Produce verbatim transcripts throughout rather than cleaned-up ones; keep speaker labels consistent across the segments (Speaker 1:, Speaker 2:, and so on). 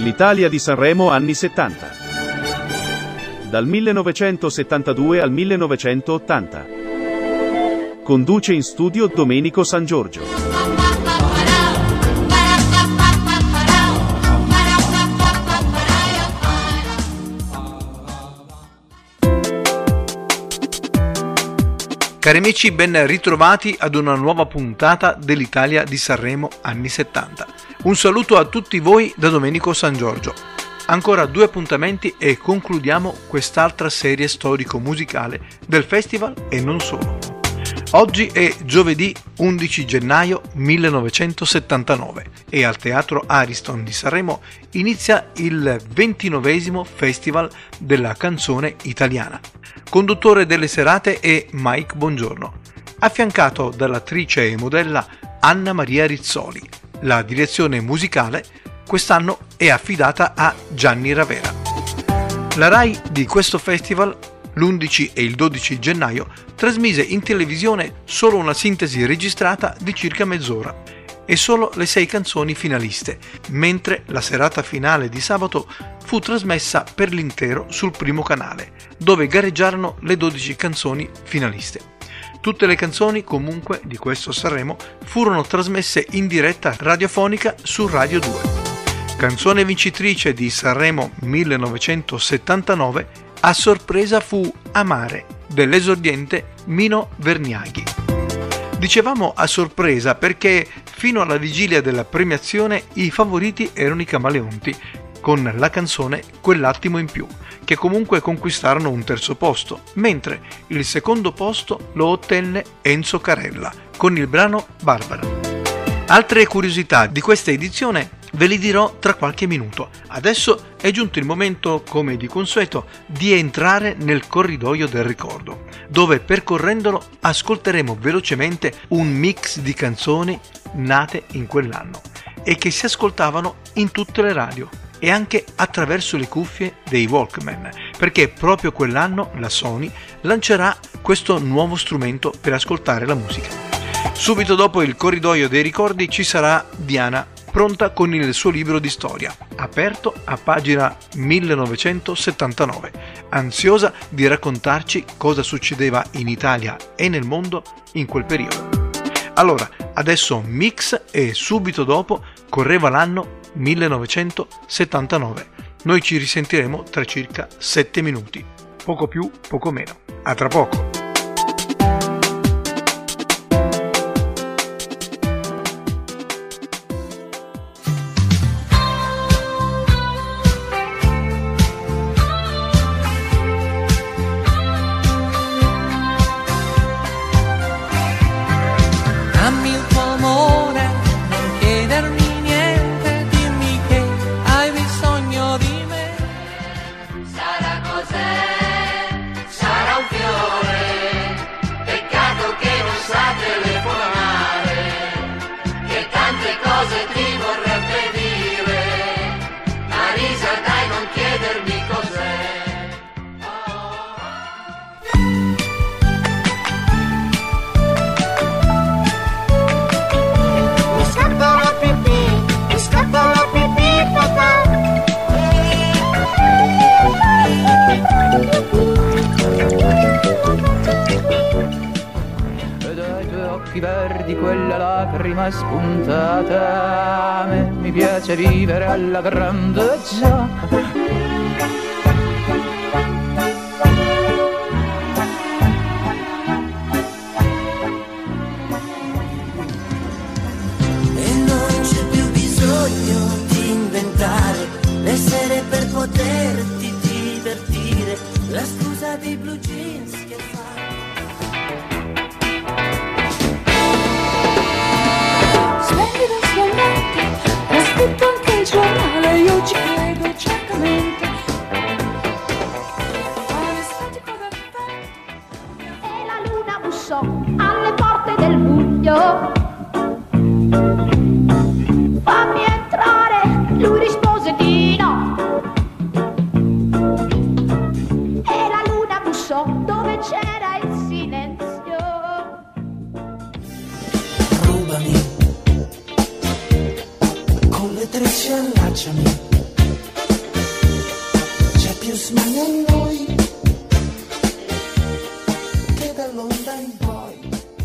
Speaker 1: L'Italia di Sanremo anni settanta. Dal millenovecentosettantadue al millenovecentottanta. Conduce in studio Domenico San Giorgio.
Speaker 2: Cari amici, ben ritrovati ad una nuova puntata dell'Italia di Sanremo anni settanta. Un saluto a tutti voi da Domenico San Giorgio. Ancora due appuntamenti e concludiamo quest'altra serie storico-musicale del festival e non solo. Oggi è giovedì undici gennaio millenovecentosettantanove e al Teatro Ariston di Sanremo inizia il ventinovesimo Festival della canzone italiana. Conduttore delle serate è Mike Bongiorno, affiancato dall'attrice e modella Anna Maria Rizzoli. La direzione musicale quest'anno è affidata a Gianni Ravera. La Rai di questo festival, l'undici e il dodici gennaio, trasmise in televisione solo una sintesi registrata di circa mezz'ora e solo le sei canzoni finaliste, mentre la serata finale di sabato fu trasmessa per l'intero sul primo canale, dove gareggiarono le dodici canzoni finaliste. Tutte le canzoni, comunque, di questo Sanremo furono trasmesse in diretta radiofonica su Radio due. Canzone vincitrice di Sanremo millenovecentosettantanove, a sorpresa fu Amare, dell'esordiente Mino Vergnaghi. Dicevamo a sorpresa perché fino alla vigilia della premiazione i favoriti erano i Camaleonti, con la canzone Quell'attimo in più, che comunque conquistarono un terzo posto, mentre il secondo posto lo ottenne Enzo Carella, con il brano Barbara. Altre curiosità di questa edizione ve li dirò tra qualche minuto. Adesso è giunto il momento, come di consueto, di entrare nel corridoio del ricordo, dove percorrendolo ascolteremo velocemente un mix di canzoni nate in quell'anno e che si ascoltavano in tutte le radio e anche attraverso le cuffie dei Walkman, perché proprio quell'anno la Sony lancerà questo nuovo strumento per ascoltare la musica. Subito dopo il corridoio dei ricordi ci sarà Diana, pronta con il suo libro di storia, aperto a pagina millenovecentosettantanove, ansiosa di raccontarci cosa succedeva in Italia e nel mondo in quel periodo. Allora, adesso mix e subito dopo correva l'anno millenovecentosettantanove. Noi ci risentiremo tra circa sette minuti, poco più, poco meno. A tra poco.
Speaker 3: Verdi, quella lacrima spuntata, a me mi piace vivere alla grande già.
Speaker 4: E non c'è più bisogno di inventare le sere per poterti divertire, la scusa dei blue jeans che fa.
Speaker 5: L'ha scritto anche il giornale, io ci credo certamente.
Speaker 6: E la luna bussò alle porte del buio. Fammi entrare, lui rispose di no. E la luna bussò dove c'era il silenzio.
Speaker 4: Rubami, con le trecce allacciami,
Speaker 7: smani a noi che dall'onda in poi.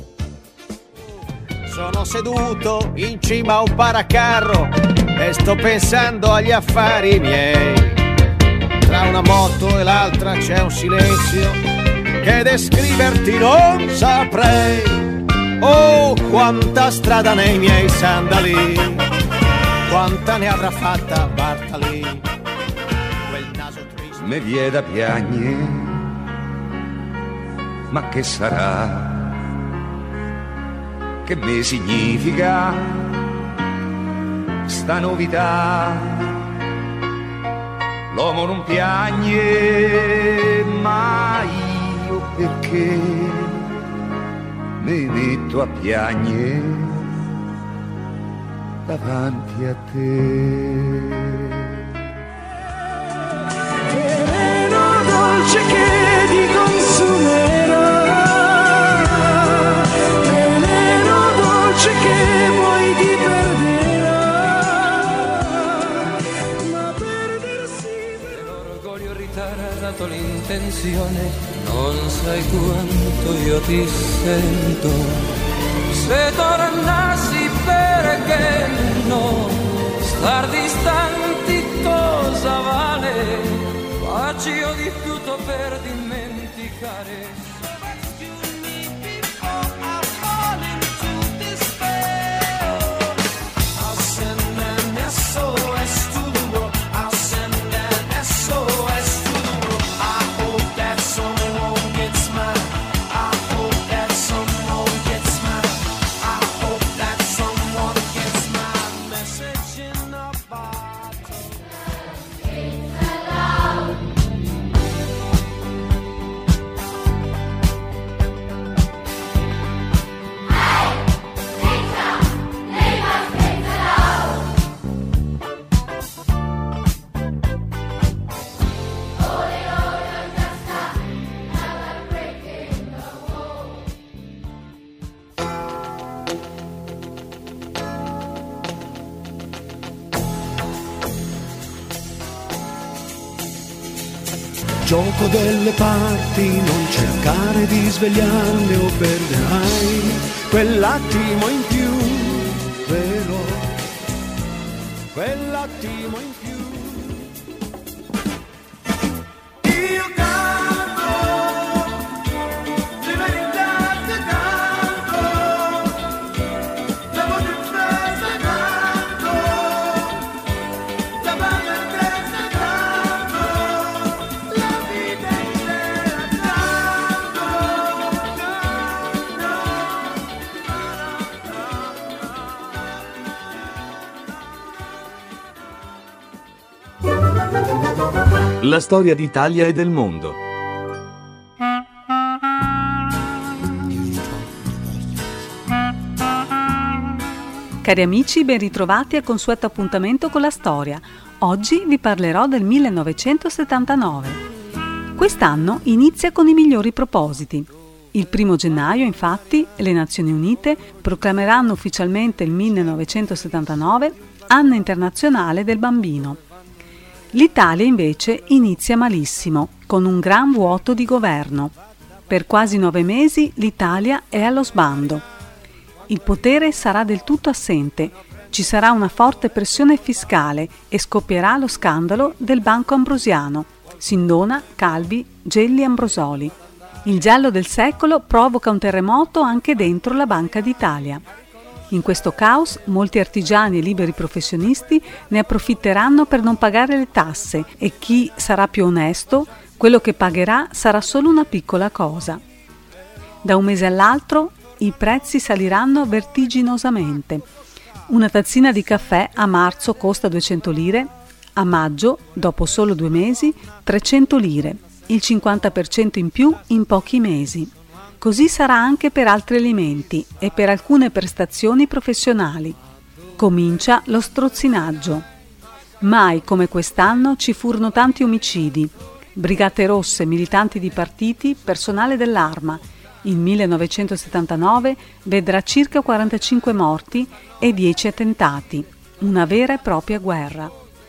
Speaker 8: Sono seduto in cima a un paracarro e sto pensando agli affari miei. Tra una moto e l'altra c'è un silenzio che descriverti non saprei. Oh, quanta strada nei miei sandali, quanta ne avrà fatta Bartali. Quel naso triste
Speaker 9: me vie da piagne, ma che sarà? Che me significa sta novità? L'uomo non piagne, ma io perché mi metto a piagne davanti a te.
Speaker 7: Terreno dolce che ti consumerà, veleno dolce che poi ti perderà, ma perdersi
Speaker 10: l'orgoglio ritardato l'intenzione. Non sai quanto io ti sento, se tornassi perché no, star distanti cosa vale, faccio io di tutto per dimenticare.
Speaker 7: gioco delle parti, non cercare di svegliarle o perderai quell'attimo in più, vero? Quell'attimo in più. Io canto, di verità ti canto, la voce impresa canto, la banda intesa canto, la vita intera canto,
Speaker 11: La storia d'Italia e del mondo.
Speaker 12: Cari amici, ben ritrovati al consueto appuntamento con la storia. Oggi vi parlerò del millenovecentosettantanove. Quest'anno inizia con i migliori propositi. Il primo gennaio, infatti, le Nazioni Unite proclameranno ufficialmente il millenovecentosettantanove anno internazionale del bambino. L'Italia invece inizia malissimo, con un gran vuoto di governo. Per quasi nove mesi l'Italia è allo sbando. Il potere sarà del tutto assente, ci sarà una forte pressione fiscale e scoppierà lo scandalo del Banco Ambrosiano, Sindona, Calvi, Gelli, Ambrosoli. Il giallo del secolo provoca un terremoto anche dentro la Banca d'Italia. In questo caos molti artigiani e liberi professionisti ne approfitteranno per non pagare le tasse e chi sarà più onesto, quello che pagherà sarà solo una piccola cosa. Da un mese all'altro i prezzi saliranno vertiginosamente. Una tazzina di caffè a marzo costa duecento lire, a maggio, dopo solo due mesi, trecento lire, il cinquanta per cento in più in pochi mesi. Così sarà anche per altri alimenti e per alcune prestazioni professionali. Comincia lo strozzinaggio. Mai come quest'anno ci furono tanti omicidi. Brigate rosse, militanti di partiti, personale dell'arma. Il millenovecentosettantanove vedrà circa quarantacinque morti e dieci attentati. Una vera e propria guerra.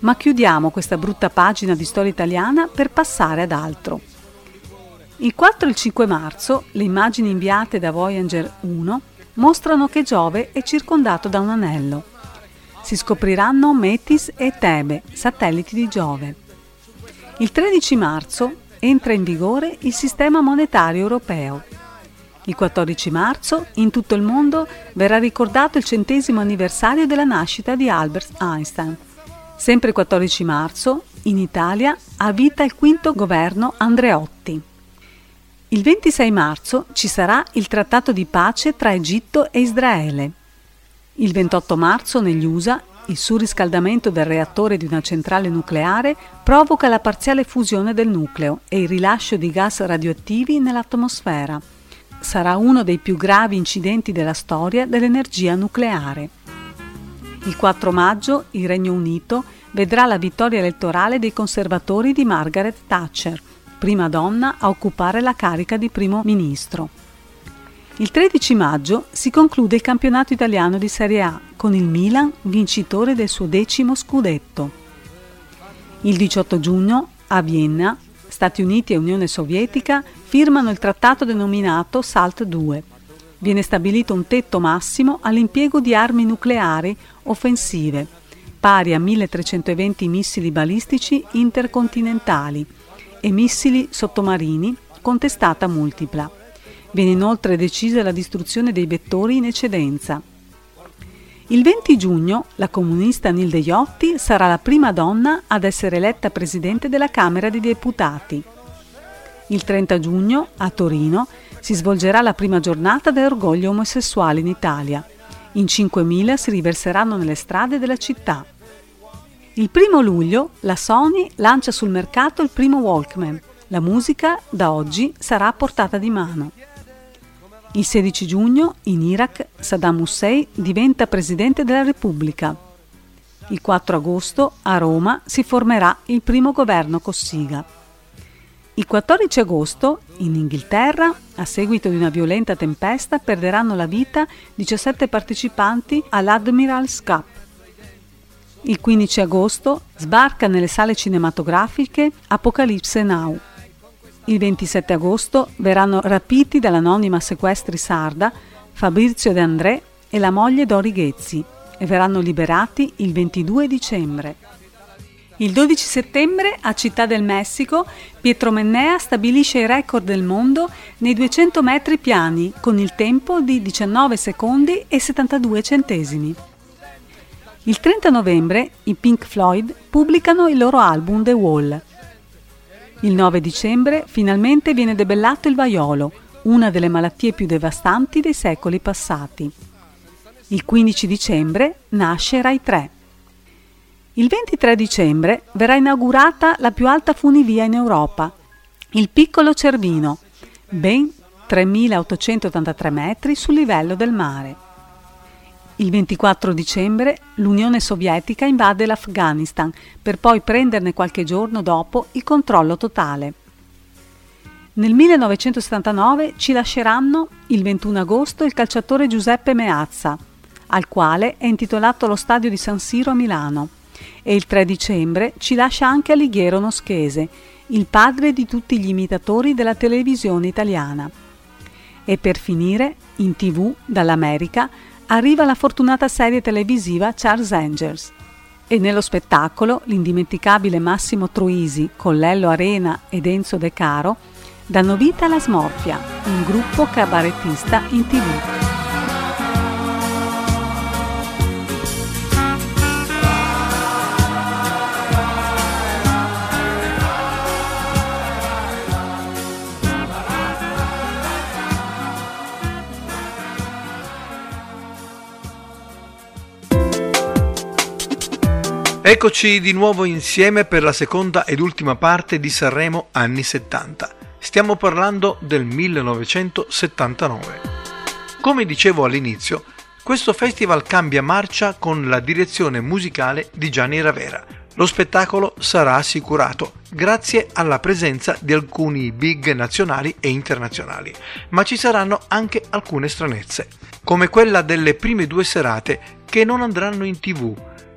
Speaker 12: ma chiudiamo questa brutta pagina di storia italiana per passare ad altro. Il quattro e il cinque marzo le immagini inviate da Voyager uno mostrano che Giove è circondato da un anello. Si scopriranno Metis e Tebe, satelliti di Giove. Il tredici marzo entra in vigore il sistema monetario europeo. Il quattordici marzo in tutto il mondo verrà ricordato il centesimo anniversario della nascita di Albert Einstein. Sempre il quattordici marzo in Italia ha vita il quinto governo Andreotti. Il ventisei marzo ci sarà il trattato di pace tra Egitto e Israele. Il ventotto marzo negli U S A il surriscaldamento del reattore di una centrale nucleare provoca la parziale fusione del nucleo e il rilascio di gas radioattivi nell'atmosfera. Sarà uno dei più gravi incidenti della storia dell'energia nucleare. Il quattro maggio il Regno Unito vedrà la vittoria elettorale dei conservatori di Margaret Thatcher, prima donna a occupare la carica di primo ministro. Il tredici maggio si conclude il campionato italiano di Serie A con il Milan vincitore del suo decimo scudetto. Il diciotto giugno a Vienna Stati Uniti e Unione Sovietica firmano il trattato denominato SALT due. Viene stabilito un tetto massimo all'impiego di armi nucleari offensive, pari a milletrecentoventi missili balistici intercontinentali e missili sottomarini con testata multipla. Viene inoltre decisa la distruzione dei vettori in eccedenza. Il venti giugno la comunista Nilde Iotti sarà la prima donna ad essere eletta presidente della Camera dei Deputati. Il trenta giugno, a Torino, si svolgerà la prima giornata dell'orgoglio omosessuale in Italia. In cinquemila si riverseranno nelle strade della città. Il primo luglio la Sony lancia sul mercato il primo Walkman. La musica da oggi sarà a portata di mano. Il sedici giugno, in Iraq, Saddam Hussein diventa presidente della Repubblica. Il quattro agosto, a Roma, si formerà il primo governo Cossiga. Il quattordici agosto, in Inghilterra, a seguito di una violenta tempesta, perderanno la vita diciassette partecipanti all'Admiral's Cup. Il quindici agosto, sbarca nelle sale cinematografiche Apocalypse Now. Il ventisette agosto verranno rapiti dall'anonima sequestri sarda Fabrizio De André e la moglie Dori Ghezzi e verranno liberati il ventidue dicembre. Il dodici settembre a Città del Messico Pietro Mennea stabilisce il record del mondo nei duecento metri piani con il tempo di diciannove secondi e settantadue centesimi. Il trenta novembre i Pink Floyd pubblicano il loro album The Wall. Il nove dicembre finalmente viene debellato il vaiolo, una delle malattie più devastanti dei secoli passati. Il quindici dicembre nasce Rai tre. Il ventitré dicembre verrà inaugurata la più alta funivia in Europa, il Piccolo Cervino, ben tremilaottocentottantatré metri sul livello del mare. Il ventiquattro dicembre l'Unione Sovietica invade l'Afghanistan per poi prenderne qualche giorno dopo il controllo totale. Nel millenovecentosettantanove ci lasceranno il ventuno agosto il calciatore Giuseppe Meazza, al quale è intitolato lo stadio di San Siro a Milano, e il tre dicembre ci lascia anche Alighiero Noschese, il padre di tutti gli imitatori della televisione italiana. E per finire, in tivù, dall'America, arriva la fortunata serie televisiva Charles Angels. E nello spettacolo l'indimenticabile Massimo Troisi con Lello Arena ed Enzo De Caro danno vita alla Smorfia, un gruppo cabarettista in tivù.
Speaker 2: Eccoci di nuovo insieme per la seconda ed ultima parte di Sanremo anni settanta. Stiamo parlando del millenovecentosettantanove. Come dicevo all'inizio, questo festival cambia marcia con la direzione musicale di Gianni Ravera. Lo spettacolo sarà assicurato grazie alla presenza di alcuni big nazionali e internazionali, ma ci saranno anche alcune stranezze, come quella delle prime due serate che non andranno in tivù.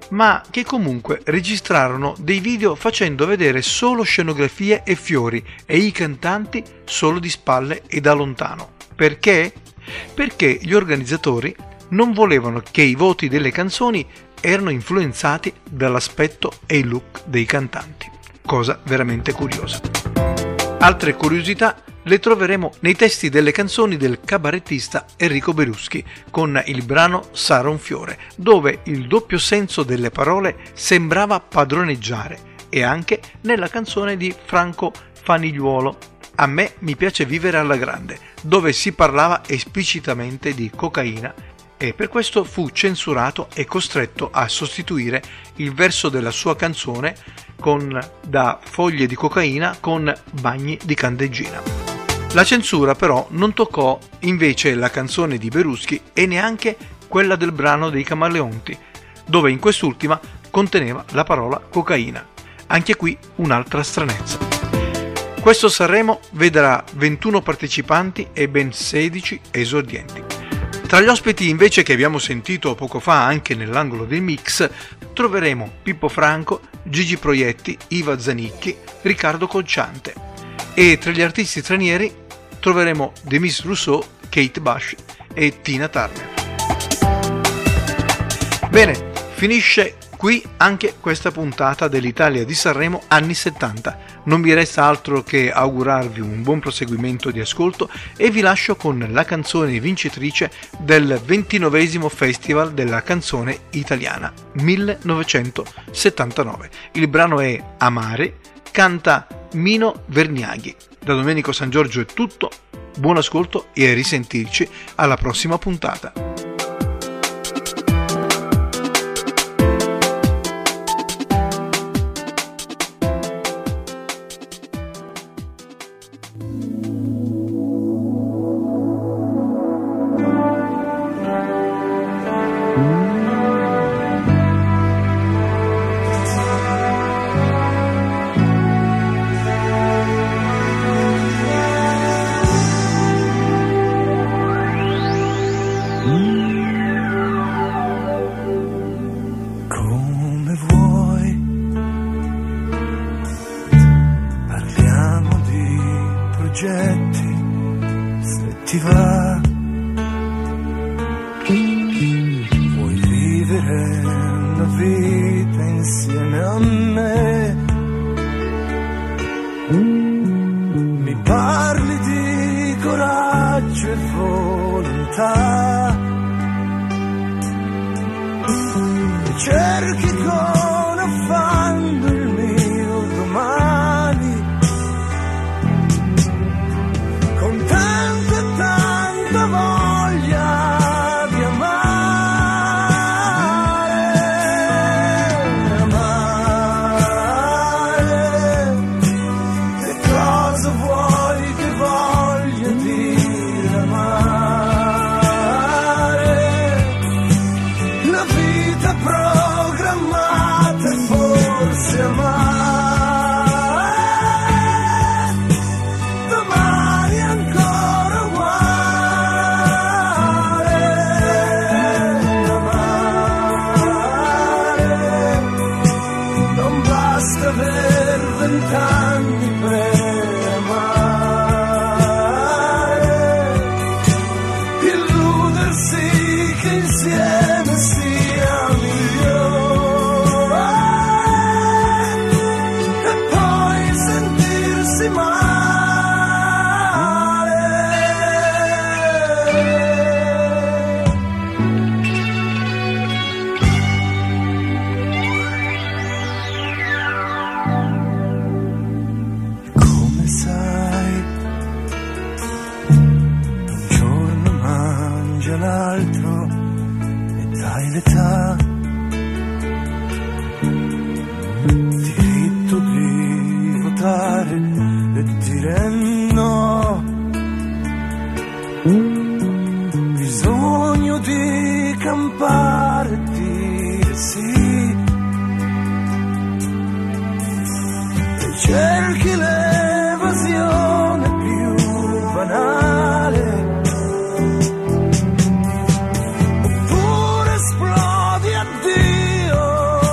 Speaker 2: ma che comunque registrarono dei video facendo vedere solo scenografie e fiori e i cantanti solo di spalle e da lontano. Perché? Perché gli organizzatori non volevano che i voti delle canzoni erano influenzati dall'aspetto e il look dei cantanti. Cosa veramente curiosa. Altre curiosità le troveremo nei testi delle canzoni del cabarettista Enrico Beruschi con il brano Sarà un fiore, dove il doppio senso delle parole sembrava padroneggiare, e anche nella canzone di Franco Fanigliuolo A me mi piace vivere alla grande, dove si parlava esplicitamente di cocaina, e per questo fu censurato e costretto a sostituire il verso della sua canzone con da foglie di cocaina con bagni di candeggina. La censura però non toccò invece la canzone di Beruschi e neanche quella del brano dei Camaleonti, dove in quest'ultima conteneva la parola cocaina. Anche qui un'altra stranezza. Questo Sanremo vedrà ventuno partecipanti e ben sedici esordienti. Tra gli ospiti invece che abbiamo sentito poco fa anche nell'angolo del mix troveremo Pippo Franco, Gigi Proietti, Iva Zanicchi, Riccardo Cocciante, e tra gli artisti stranieri troveremo Demis Rousseau, Kate Bush e Tina Turner. Bene, finisce qui anche questa puntata dell'Italia di Sanremo anni settanta. Non mi resta altro che augurarvi un buon proseguimento di ascolto e vi lascio con la canzone vincitrice del ventinovesimo Festival della canzone italiana millenovecentosettantanove. Il brano è Amare, canta Mino Vergnaghi. Da Domenico San Giorgio è tutto, buon ascolto e a risentirci alla prossima puntata.
Speaker 7: Se ti va, vuoi vivere una vita insieme a me, mi parli di coraggio e volontà, e cerchi con affanno il mio domani, con tanta e tanta voglia di amare, amare. Che cosa vuoi che voglia dire amare? La vita programmata e forse amare. Vent'anni per amare, illudersi che insieme sia migliore e poi sentirsi male. L'altro e dai l'età, diritto di votare e dire no, bisogno di campare e dire sì, e cerchi l'evasione più banale. Esplodi, addio,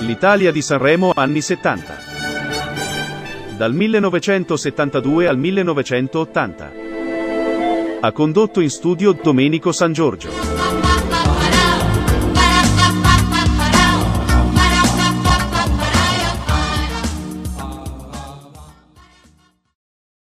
Speaker 1: L'Italia di Sanremo anni settanta. Dal millenovecentosettantadue al millenovecentottanta. Ha condotto in studio Domenico San Giorgio.